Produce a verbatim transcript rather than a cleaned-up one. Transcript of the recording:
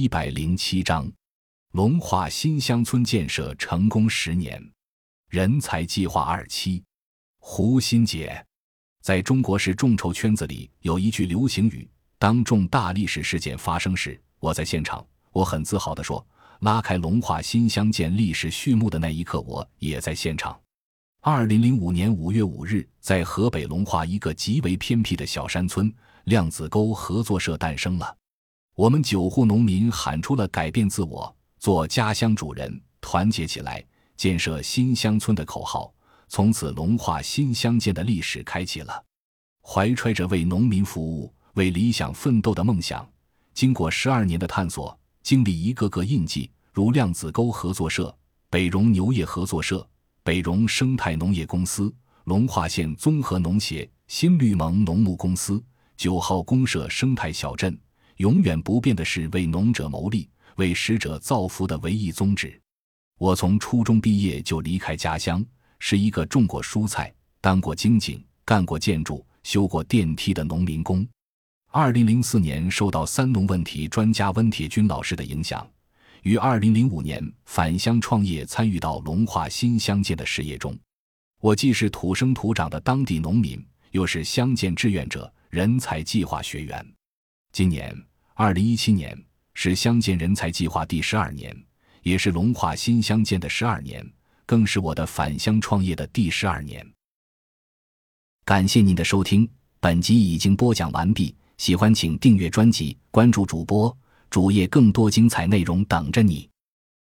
百零七章，龙化新乡村建设成功十年，人才计划二期。胡新杰。在中国式众筹圈子里有一句流行语，当重大历史事件发生时，我在现场。我很自豪地说，拉开龙化新乡建历史序幕的那一刻，我也在现场。二零零五年五月五日，在河北龙化一个极为偏僻的小山村，量子沟合作社诞生了。我们九户农民喊出了改变自我，做家乡主人，团结起来，建设新乡村的口号。从此龙化新乡建的历史开启了。怀揣着为农民服务、为理想奋斗的梦想，经过十二年的探索，经历一个个印记，如量子沟合作社、北荣牛业合作社、北荣生态农业公司、龙化县综合农协、新绿盟农牧公司、九号公社生态小镇，永远不变的是为农者谋利、为食者造福的唯一宗旨。我从初中毕业就离开家乡，是一个种过蔬菜、当过经警、干过建筑、修过电梯的农民工。二零零四年受到三农问题专家温铁军老师的影响，于二零零五年返乡创业，参与到龙化新乡建的事业中。我既是土生土长的当地农民，又是乡建志愿者、人才计划学员。今年二零一七年是乡建人才计划第十二年，也是龙化新乡建的十二年，更是我的返乡创业的第十二年。感谢您的收听，本集已经播讲完毕，喜欢请订阅专辑，关注主播，主页更多精彩内容等着你。